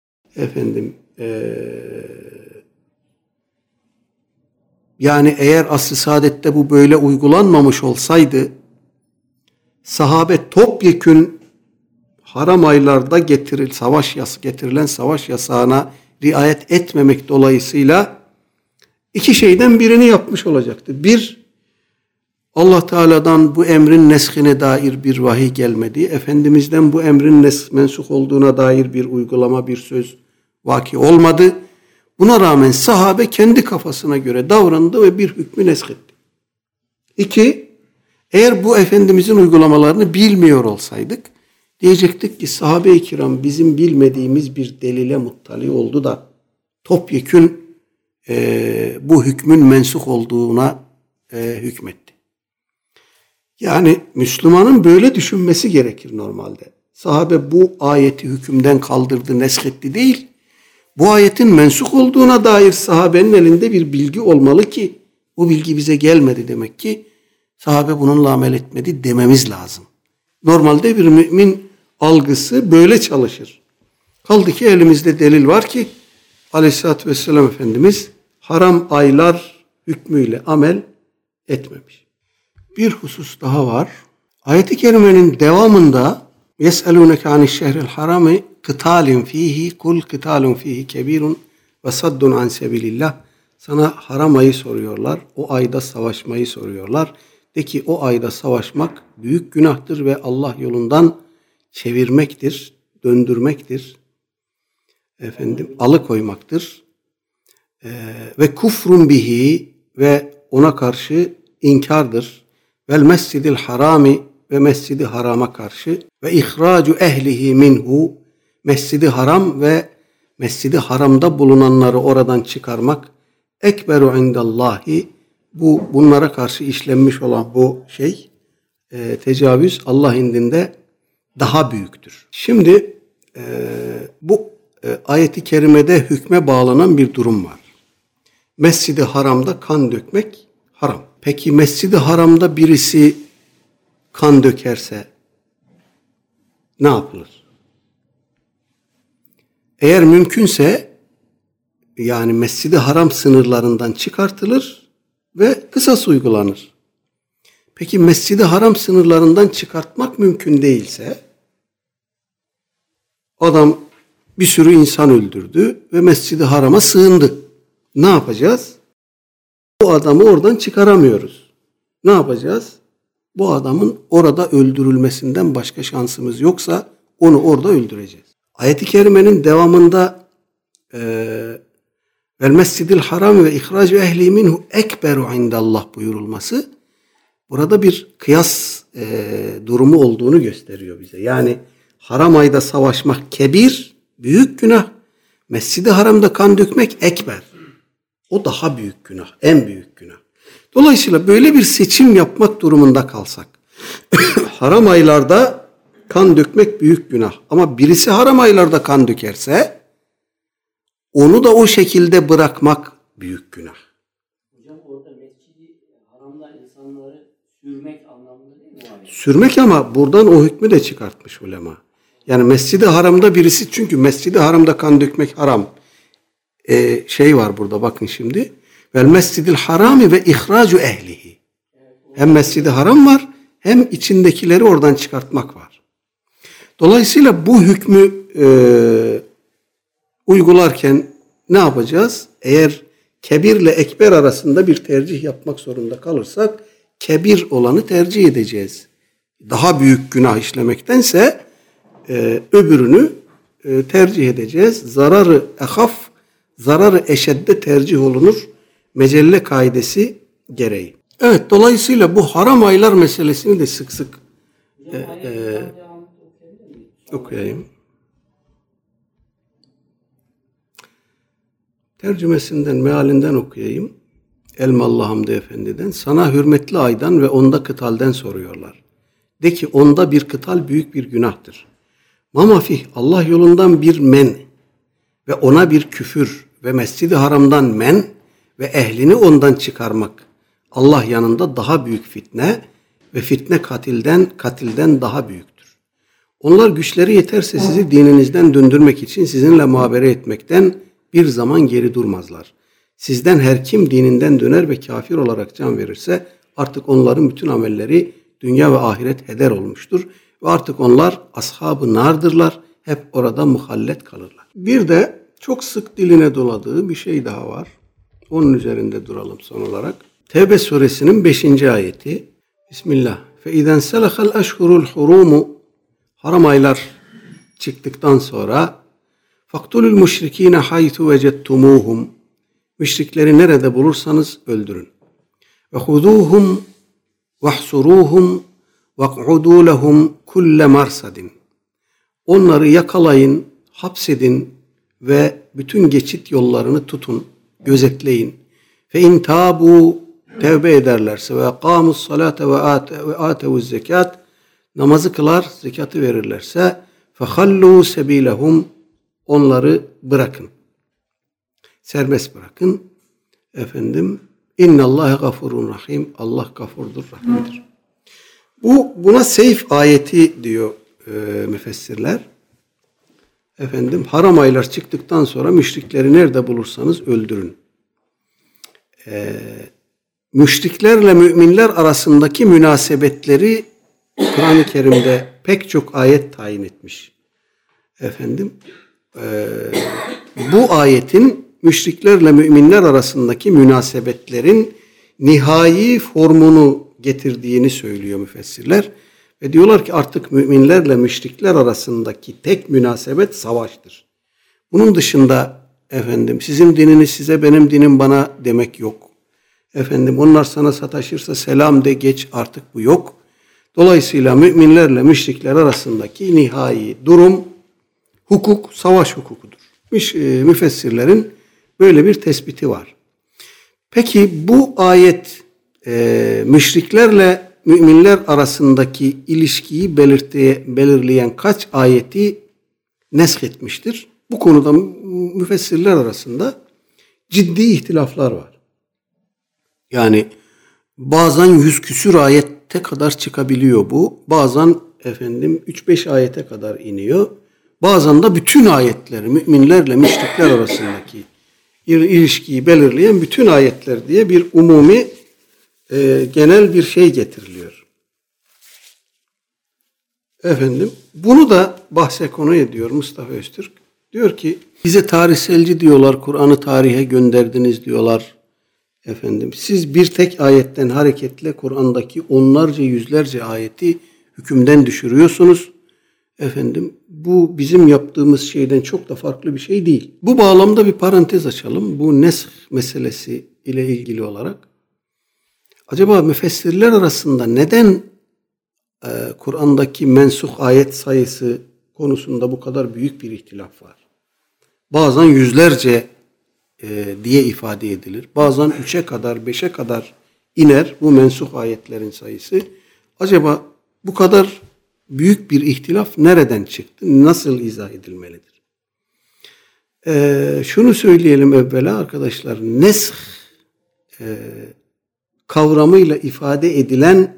[SPEAKER 1] Yani eğer asr-ı saadette bu böyle uygulanmamış olsaydı, sahabe topyekün haram aylarda getirilen savaş yasağına riayet etmemek dolayısıyla iki şeyden birini yapmış olacaktı. Bir, Allah Teala'dan bu emrin neshine dair bir vahiy gelmedi. Efendimiz'den bu emrin mensuh olduğuna dair bir uygulama, bir söz vaki olmadı. Buna rağmen sahabe kendi kafasına göre davrandı ve bir hükmü neshetti. İki, eğer bu Efendimiz'in uygulamalarını bilmiyor olsaydık, diyecektik ki sahabe-i kiram bizim bilmediğimiz bir delile muttali oldu da topyekün bu hükmün mensuh olduğuna hükmetti. Yani Müslümanın böyle düşünmesi gerekir normalde. Sahabe bu ayeti hükümden kaldırdı, neshetti değil. Bu ayetin mensuh olduğuna dair sahabenin elinde bir bilgi olmalı ki bu bilgi bize gelmedi demek ki sahabe bununla amel etmedi dememiz lazım. Normalde bir mümin algısı böyle çalışır. Kaldı ki elimizde delil var ki Aleyhisselatü Vesselam Efendimiz haram aylar hükmüyle amel etmemiş. Bir husus daha var. Ayet-i kerimenin devamında يَسْأَلُونَكَ عَنِ الشَّهْرِ الْحَرَامِ قِتَالٍ ف۪يهِ قُلْ قِتَالٌ ف۪يهِ كَب۪يرٌ وَصَدٌّ عَنْ سَبِيلِ اللّٰهِ. Sana haram ayı soruyorlar. O ayda savaşmayı soruyorlar. De ki o ayda savaşmak büyük günahtır ve Allah yolundan çevirmektir, döndürmektir. Alıkoymaktır. Ve kufrun bihi ve ona karşı inkardır. Vel mescidil harami ve mescidi harama karşı ve ihracu ehlihi minhu, mescidi haram ve mescidi haramda bulunanları oradan çıkarmak ekberu indallahi, bunlara karşı işlenmiş olan bu tecavüz Allah indinde daha büyüktür. Şimdi bu ayeti kerimede hükme bağlanan bir durum var. Mescidi haramda kan dökmek haram. Peki Mescid-i Haram'da birisi kan dökerse ne yapılır? Eğer mümkünse yani Mescid-i Haram sınırlarından çıkartılır ve kısas uygulanır. Peki Mescid-i Haram sınırlarından çıkartmak mümkün değilse adam bir sürü insan öldürdü ve Mescid-i Haram'a sığındı. Ne yapacağız? Bu adamı oradan çıkaramıyoruz. Ne yapacağız? Bu adamın orada öldürülmesinden başka şansımız yoksa onu orada öldüreceğiz. Ayet-i Kerime'nin devamında vel mescidil haram ve ihracu ehli minhu ekberu indallah buyurulması burada bir kıyas durumu olduğunu gösteriyor bize. Yani haram ayda savaşmak kebir, büyük günah. Mescid-i Haram'da kan dökmek ekber. O daha büyük günah, en büyük günah. Dolayısıyla böyle bir seçim yapmak durumunda kalsak, haram aylarda kan dökmek büyük günah. Ama birisi haram aylarda kan dökerse, onu da o şekilde bırakmak büyük günah.
[SPEAKER 2] Hocam orada Mescid-i Haram'da insanları sürmek anlamında değil mi?
[SPEAKER 1] Sürmek ama buradan o hükmü de çıkartmış ulema. Yani Mescid-i Haram'da birisi, çünkü Mescid-i Haram'da kan dökmek haram. Var burada bakın şimdi. Vel mescidil harami ve ihracu ehlihi. Hem Mescid-i Haram var hem içindekileri oradan çıkartmak var. Dolayısıyla bu hükmü uygularken ne yapacağız? Eğer kebir ile ekber arasında bir tercih yapmak zorunda kalırsak kebir olanı tercih edeceğiz. Daha büyük günah işlemektense öbürünü tercih edeceğiz. Zararı ehaf, zararı eşedde tercih olunur. Mecelle kaidesi gereği. Evet, dolayısıyla bu haram aylar meselesini de sık sık okuyayım. Tercümesinden, mealinden okuyayım. Elmalı Hamdi Efendi'den. Sana hürmetli aydan ve onda kıtalden soruyorlar. De ki onda bir kıtal büyük bir günahtır. Mamafih Allah yolundan bir men ve ona bir küfür ve Mescid-i Haram'dan men ve ehlini ondan çıkarmak Allah yanında daha büyük fitne ve fitne katilden daha büyüktür. Onlar güçleri yeterse sizi dininizden döndürmek için sizinle muhabere etmekten bir zaman geri durmazlar. Sizden her kim dininden döner ve kafir olarak can verirse artık onların bütün amelleri dünya ve ahiret heder olmuştur. Ve artık onlar ashab-ı nardırlar. Hep orada muhallet kalırlar. Bir de çok sık diline doladığı bir şey daha var. Onun üzerinde duralım son olarak. Tevbe suresinin 5. ayeti. Bismillah. فَاِذَنْ سَلَخَ الْاَشْهُرُ الْحُرُومُ Haram aylar çıktıktan sonra فَاقْتُلُوا الْمُشْرِك۪ينَ حَيْثُ وَجَدْتُمُوهُمْ Müşrikleri nerede bulursanız öldürün. وَخُذُوهُمْ وَاحْصُرُوهُمْ وَاقْعُدُوا لَهُمْ كُلَّ مَرْصَدٍ Onları yakalayın, hapsedin ve bütün geçit yollarını tutun, gözetleyin. فَاِنْ تَابُوا Tevbe ederlerse ve قَامُوا الصَّلَاةَ وَآتَوُوا الزَّكَاةِ Namazı kılar, zekatı verirlerse فَخَلُّوا سَب۪يلَهُمْ Onları bırakın. Serbest bırakın. Efendim, اِنَّ اللّٰهَ غَفُورٌ rahim. Allah gafurdur, rahimdir. Buna seyf ayeti diyor müfessirler. Efendim, haram aylar çıktıktan sonra müşrikleri nerede bulursanız öldürün. Müşriklerle müminler arasındaki münasebetleri Kur'an-ı Kerim'de pek çok ayet tayin etmiş. Efendim, bu ayetin müşriklerle müminler arasındaki münasebetlerin nihai formunu getirdiğini söylüyor müfessirler. Ve diyorlar ki artık müminlerle müşrikler arasındaki tek münasebet savaştır. Bunun dışında efendim sizin dininiz size, benim dinim bana demek yok. Efendim onlar sana sataşırsa selam de geç, artık bu yok. Dolayısıyla müminlerle müşrikler arasındaki nihai durum hukuk, savaş hukukudur. Müfessirlerin böyle bir tespiti var. Peki bu ayet müşriklerle müminler arasındaki ilişkiyi belirleyen kaç ayeti nesk etmiştir? Bu konuda müfessirler arasında ciddi ihtilaflar var. Yani Bazen 100 küsür ayete kadar çıkabiliyor bu. Bazen 3-5 ayete kadar iniyor. Bazen de bütün ayetleri, müminlerle müşrikler arasındaki ilişkiyi belirleyen bütün ayetler diye bir umumi genel bir şey getiriliyor. Bunu da bahse konu ediyor Mustafa Öztürk. Diyor ki bize tarihselci diyorlar, Kur'an'ı tarihe gönderdiniz diyorlar. Siz bir tek ayetten hareketle Kur'an'daki onlarca yüzlerce ayeti hükümden düşürüyorsunuz. Bu bizim yaptığımız şeyden çok da farklı bir şey değil. Bu bağlamda bir parantez açalım. Bu nesk meselesi ile ilgili olarak. Acaba müfessirler arasında neden Kur'an'daki mensuh ayet sayısı konusunda bu kadar büyük bir ihtilaf var? Bazen yüzlerce diye ifade edilir. Bazen 3'e kadar, 5'e kadar iner bu mensuh ayetlerin sayısı. Acaba bu kadar büyük bir ihtilaf nereden çıktı? Nasıl izah edilmelidir? Şunu söyleyelim evvela arkadaşlar. Nesk kavramıyla ifade edilen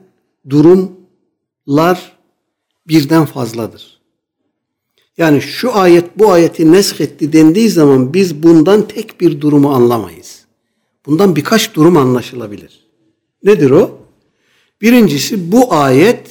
[SPEAKER 1] durumlar birden fazladır. Yani şu ayet bu ayeti nesk etti dendiği zaman biz bundan tek bir durumu anlamayız. Bundan birkaç durum anlaşılabilir. Nedir o? Birincisi bu ayet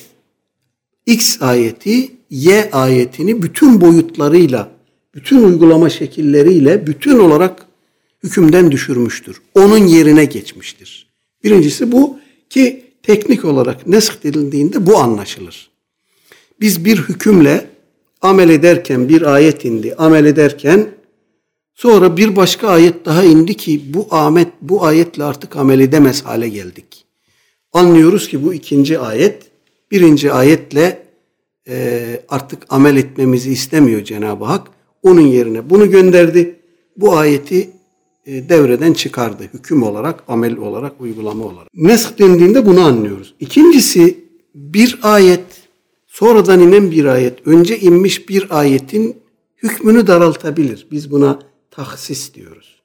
[SPEAKER 1] X ayeti Y ayetini bütün boyutlarıyla, bütün uygulama şekilleriyle bütün olarak hükümden düşürmüştür. Onun yerine geçmiştir. Birincisi bu ki teknik olarak nesk edildiğinde bu anlaşılır. Biz bir hükümle amel ederken bir ayet indi. Amel ederken sonra bir başka ayet daha indi ki bu ayetle artık amel edemez hale geldik. Anlıyoruz ki bu ikinci ayet birinci ayetle artık amel etmemizi istemiyor Cenab-ı Hak. Onun yerine bunu gönderdi. Bu ayeti devreden çıkardı. Hüküm olarak, amel olarak, uygulama olarak. Nesk dendiğinde bunu anlıyoruz. İkincisi bir ayet, sonradan inen bir ayet, önce inmiş bir ayetin hükmünü daraltabilir. Biz buna tahsis diyoruz.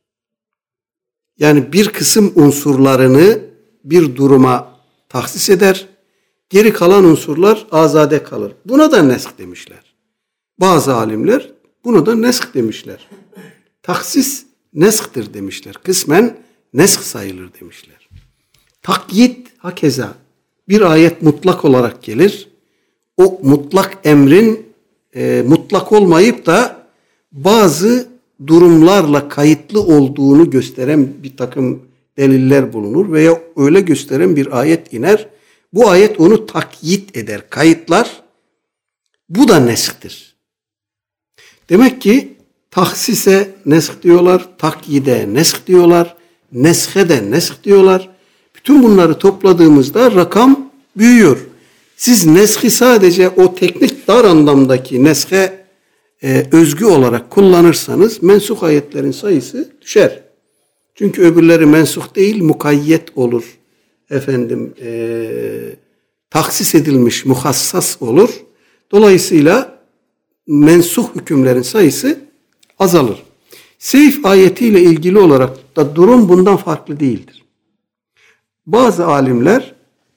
[SPEAKER 1] Yani bir kısım unsurlarını bir duruma tahsis eder, geri kalan unsurlar azade kalır. Buna da nesk demişler. Bazı alimler buna da nesk demişler. Tahsis nesktir demişler. Kısmen nesk sayılır demişler. Takyit hakeza bir ayet mutlak olarak gelir. O mutlak emrin mutlak olmayıp da bazı durumlarla kayıtlı olduğunu gösteren bir takım deliller bulunur veya öyle gösteren bir ayet iner. Bu ayet onu takyit eder, kayıtlar. Bu da nesktir. Demek ki tahsise nesk diyorlar, takyide nesk diyorlar, neshe de nesk diyorlar. Bütün bunları topladığımızda rakam büyüyor. Siz neski sadece o teknik dar anlamdaki neshe özgü olarak kullanırsanız mensuh ayetlerin sayısı düşer. Çünkü öbürleri mensuh değil, mukayyet olur. Taksis edilmiş, muhassas olur. Dolayısıyla mensuh hükümlerin sayısı azalır. Seyf ayetiyle ilgili olarak da durum bundan farklı değildir. Bazı alimler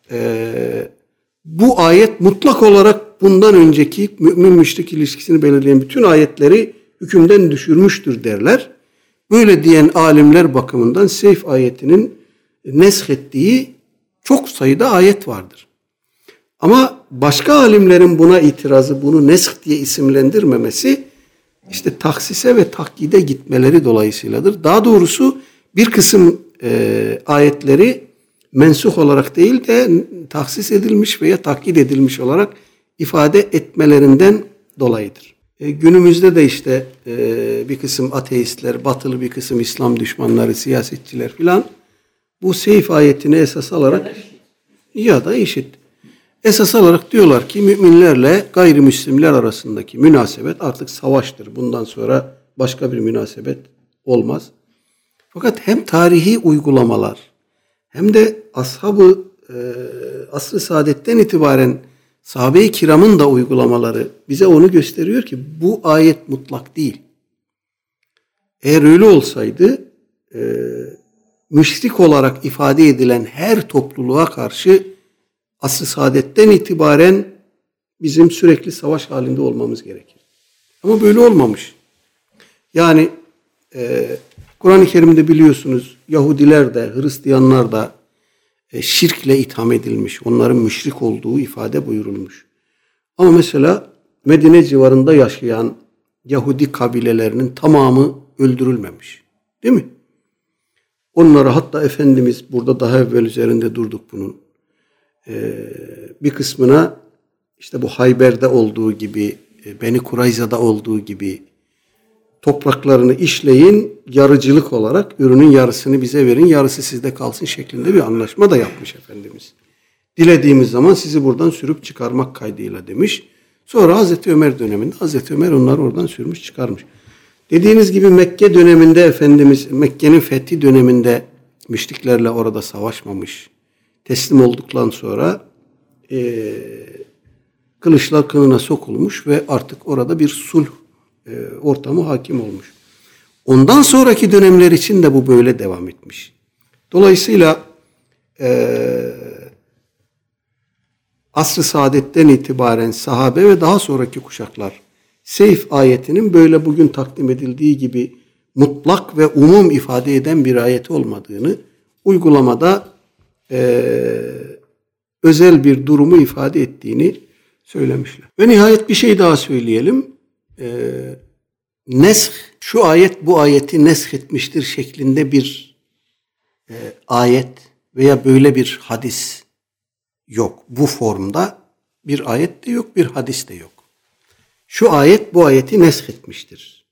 [SPEAKER 1] bu ayet mutlak olarak bundan önceki mümin müşrik ilişkisini belirleyen bütün ayetleri hükümden düşürmüştür derler. Böyle diyen alimler bakımından Seyf ayetinin nesk ettiği çok sayıda ayet vardır. Ama başka alimlerin buna itirazı, bunu nesk diye isimlendirmemesi işte taksise ve takyide gitmeleri dolayısıyladır. Daha doğrusu bir kısım ayetleri mensuh olarak değil de taksis edilmiş veya takyit edilmiş olarak ifade etmelerinden dolayıdır. Günümüzde de işte bir kısım ateistler, batılı bir kısım İslam düşmanları, siyasetçiler filan bu Seyf ayetini esas alarak ya da eşit. Esas alarak diyorlar ki müminlerle gayrimüslimler arasındaki münasebet artık savaştır. Bundan sonra başka bir münasebet olmaz. Fakat hem tarihi uygulamalar hem de ashab-ı asr-ı saadetten itibaren sahabe-i kiramın da uygulamaları bize onu gösteriyor ki bu ayet mutlak değil. Eğer öyle olsaydı müşrik olarak ifade edilen her topluluğa karşı asr-ı saadetten itibaren bizim sürekli savaş halinde olmamız gerekir. Ama böyle olmamış. Yani Kur'an-ı Kerim'de biliyorsunuz Yahudiler de Hristiyanlar da şirkle itham edilmiş. Onların müşrik olduğu ifade buyurulmuş. Ama mesela Medine civarında yaşayan Yahudi kabilelerinin tamamı öldürülmemiş. Değil mi? Onlara hatta Efendimiz burada daha evvel üzerinde durduk bunun. Bir kısmına işte bu Hayber'de olduğu gibi, Beni Kurayza'da olduğu gibi topraklarını işleyin, yarıcılık olarak ürünün yarısını bize verin, yarısı sizde kalsın şeklinde bir anlaşma da yapmış Efendimiz. Dilediğimiz zaman sizi buradan sürüp çıkarmak kaydıyla demiş. Sonra Hazreti Ömer döneminde Hazreti Ömer onları oradan sürmüş çıkarmış. Dediğiniz gibi Mekke döneminde Efendimiz, Mekke'nin fethi döneminde müşriklerle orada savaşmamış. Teslim olduktan sonra kılıçlar kınına sokulmuş ve artık orada bir sulh ortamı hakim olmuş. Ondan sonraki dönemler için de bu böyle devam etmiş. Dolayısıyla asr-ı saadetten itibaren sahabe ve daha sonraki kuşaklar Seyf ayetinin böyle bugün takdim edildiği gibi mutlak ve umum ifade eden bir ayet olmadığını, uygulamada özel bir durumu ifade ettiğini söylemişler. Ve nihayet bir şey daha söyleyelim. Nesh, şu ayet bu ayeti nesh etmiştir şeklinde bir ayet veya böyle bir hadis yok. Bu formda bir ayet de yok, bir hadis de yok. Şu ayet bu ayeti nesh etmiştir.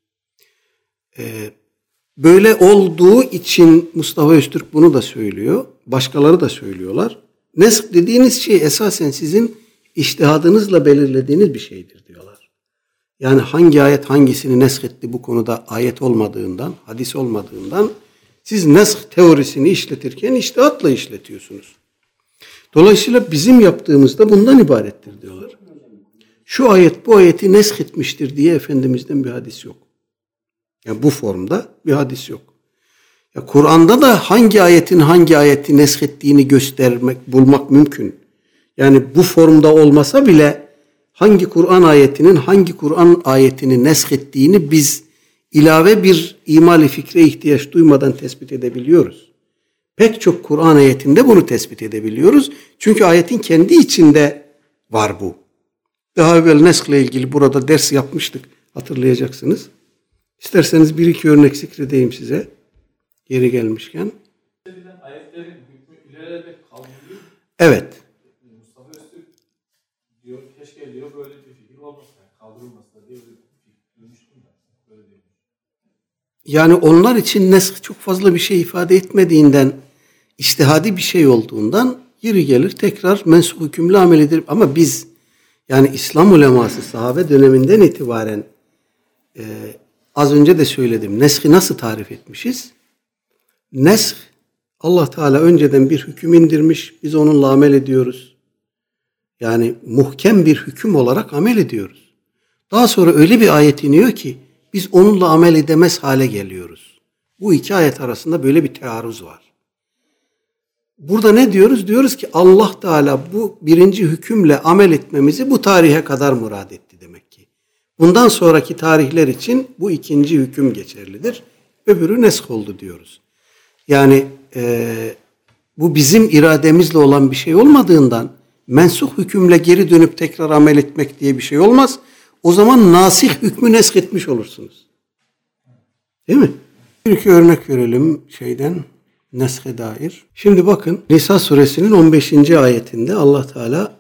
[SPEAKER 1] Böyle olduğu için Mustafa Öztürk bunu da söylüyor. Başkaları da söylüyorlar. Nesh dediğiniz şey esasen sizin içtihadınızla belirlediğiniz bir şeydir diyorlar. Yani hangi ayet hangisini nesh etti bu konuda ayet olmadığından, hadis olmadığından siz nesh teorisini işletirken içtihatla işletiyorsunuz. Dolayısıyla bizim yaptığımızda bundan ibarettir diyorlar. Şu ayet bu ayeti nesh etmiştir diye Efendimiz'den bir hadis yok. Yani bu formda bir hadis yok. Ya Kur'an'da da hangi ayetin hangi ayeti nesh ettiğini bulmak mümkün. Yani bu formda olmasa bile hangi Kur'an ayetinin hangi Kur'an ayetini nesh ettiğini biz ilave bir imali fikre ihtiyaç duymadan tespit edebiliyoruz. Pek çok Kur'an ayetinde bunu tespit edebiliyoruz. Çünkü ayetin kendi içinde var bu. Daha evvel nesk ile ilgili burada ders yapmıştık. Hatırlayacaksınız. İsterseniz bir iki örnek zikredeyim size. Yeri gelmişken.
[SPEAKER 3] Ayetlerin hükmü ileride kaldırılıyor.
[SPEAKER 1] Evet.
[SPEAKER 3] Mustafa Öztürk diyor, keşke diyor böyle bir fikir olmasa, kaldırılmasa diye bir fikir duymuştum da. Böyle diyor.
[SPEAKER 1] Yani onlar için nesk çok fazla bir şey ifade etmediğinden, içtihadi bir şey olduğundan yeri gelir tekrar mensuh hükümlü amel edilir. Ama biz yani İslam uleması sahabe döneminden itibaren az önce de söyledim. Neski nasıl tarif etmişiz? Nesk, Allah Teala önceden bir hüküm indirmiş. Biz onunla amel ediyoruz. Yani muhkem bir hüküm olarak amel ediyoruz. Daha sonra öyle bir ayet iniyor ki biz onunla amel edemez hale geliyoruz. Bu iki ayet arasında böyle bir tearruz var. Burada ne diyoruz? Diyoruz ki Allah Teala bu birinci hükümle amel etmemizi bu tarihe kadar murad etti demek ki. Bundan sonraki tarihler için bu ikinci hüküm geçerlidir. Öbürü nesk oldu diyoruz. Yani bu bizim irademizle olan bir şey olmadığından mensuh hükümle geri dönüp tekrar amel etmek diye bir şey olmaz. O zaman nasih hükmü nesk etmiş olursunuz. Değil mi? Bir iki örnek verelim şeyden. Neske dair. Şimdi bakın Nisa suresinin 15. ayetinde Allah Teala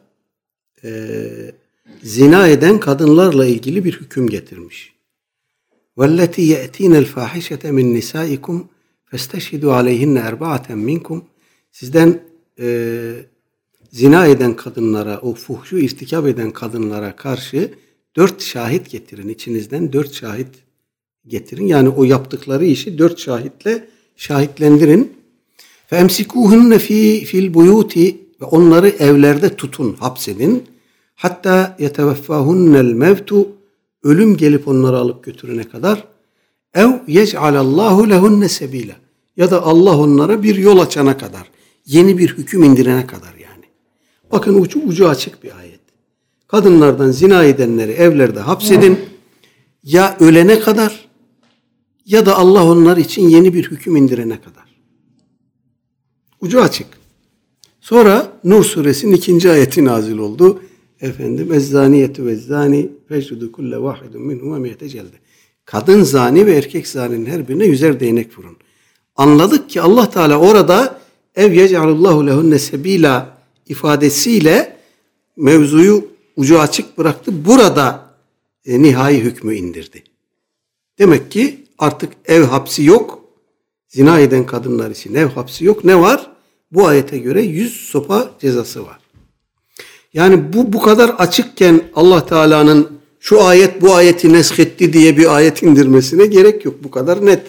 [SPEAKER 1] zina eden kadınlarla ilgili bir hüküm getirmiş. وَالَّتِي يَأْتِينَ الْفَاحِشَةَ مِنْ نِسَائِكُمْ فَاسْتَشْهِدُوا عَلَيْهِنَّ اَرْبَعَةً مِنْكُمْ Sizden zina eden kadınlara, o fuhşu irtikab eden kadınlara karşı 4 şahit getirin. İçinizden 4 şahit getirin. Yani o yaptıkları işi 4 şahitle şahitlendirin. فَاَمْسِكُوهُنَّ فِي الْبُيُوتِ Ve onları evlerde tutun, hapsedin. Hatta يَتَوَفَّاهُنَّ الْمَوْتُ Ölüm gelip onları alıp götürene kadar. اَوْ يَجْعَلَ اللّٰهُ لَهُنَّ سَب۪يلًا ya da Allah onlara bir yol açana kadar, yeni bir hüküm indirene kadar yani. Bakın ucu açık bir ayet. Kadınlardan zina edenleri evlerde hapsedin, ya ölene kadar ya da Allah onlar için yeni bir hüküm indirene kadar. Ucu açık. Sonra Nur suresinin 2. ayeti nazil oldu. Ezzaniyetu vezzani fecrudu kulle vahidun minhuma miyete celde. Kadın zani ve erkek zaninin her birine 100'er değnek vurun. Anladık ki Allah Teala orada ev yec'alullahu lehunne sebila ifadesiyle mevzuyu ucu açık bıraktı. Burada nihai hükmü indirdi. Demek ki artık ev hapsi yok. Zina eden kadınlar için ev hapsi yok. Ne var? Bu ayete göre 100 sopa cezası var. Yani bu kadar açıkken Allah Teala'nın şu ayet bu ayeti neshetti diye bir ayet indirmesine gerek yok. Bu kadar net.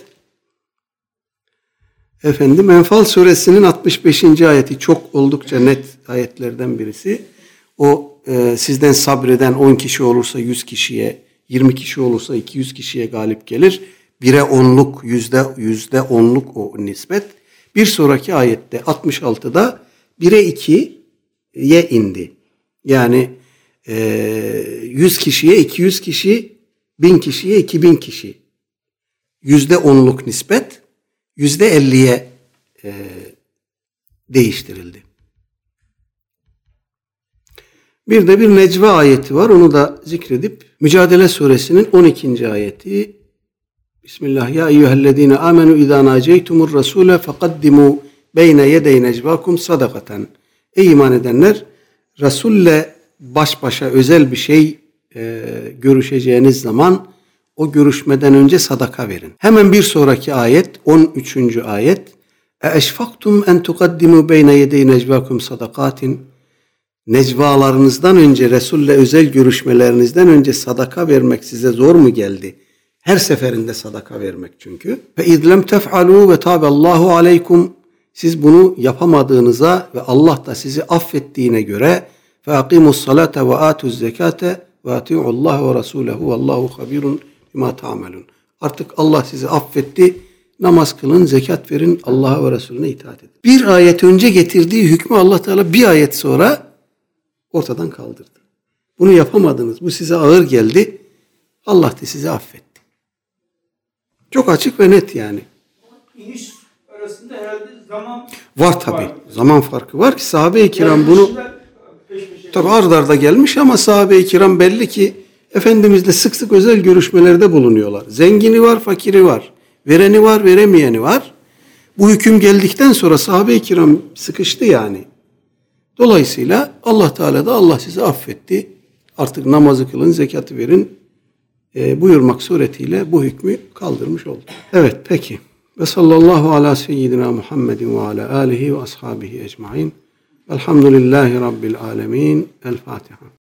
[SPEAKER 1] Enfal suresinin 65. ayeti çok oldukça net ayetlerden birisi. O sizden sabreden 10 kişi olursa 100 kişiye, 20 kişi olursa 200 kişiye galip gelir. 1'e 10'luk, %10'luk o nispet. Bir sonraki ayette 66'da 1'e 2'ye indi. Yani 100 kişiye 200 kişi, 1000 kişiye 2000 kişi. %10'luk nispet %50'ye değiştirildi. Bir de bir Necva ayeti var. Onu da zikredip Mücadele suresinin 12. ayeti. Bismillah. Ya eyyühellezine amenu izâ nâceytumur rasûle fekaddimu beyne yedey necvâkum sadakaten. Ey iman edenler, Resul'le baş başa özel bir şey görüşeceğiniz zaman o görüşmeden önce sadaka verin. Hemen bir sonraki ayet 13. ayet. Eşfaktum en tukaddimu beyne yedey necvâkum sadakatin. Necvalarınızdan önce, Resul'le özel görüşmelerinizden önce sadaka vermek size zor mu geldi? Her seferinde sadaka vermek çünkü. Fe izlem tef'alû ve tâbellâhu aleykum. Siz bunu yapamadığınıza ve Allah da sizi affettiğine göre fe akimus salate ve atuz zekate ve ati'ullaha ve rasûlehu vallahu habirun bima ta'melun. Artık Allah sizi affetti. Namaz kılın, zekat verin, Allah'a ve Resulüne itaat edin. Bir ayet önce getirdiği hükmü Allah Teala bir ayet sonra ortadan kaldırdı. Bunu yapamadınız. Bu size ağır geldi. Allah da sizi affetti. Çok açık ve net yani.
[SPEAKER 4] İniş arasında herhalde zaman
[SPEAKER 1] var tabi. Zaman farkı var ki sahabe-i kiram bunu tabi ard arda gelmiş ama sahabe-i kiram belli ki Efendimizle sık sık özel görüşmelerde bulunuyorlar. Zengini var, fakiri var. Vereni var, veremeyeni var. Bu hüküm geldikten sonra sahabe-i kiram sıkıştı yani. Dolayısıyla Allah Teala da Allah sizi affetti. Artık namazı kılın, zekatı verin buyurmak suretiyle bu hükmü kaldırmış oldu. Evet peki. Ve sallallahu ala seyyidina Muhammedin ve ala alihi ve ashabihi ecmain. Elhamdülillahi Rabbil alemin. El Fatiha.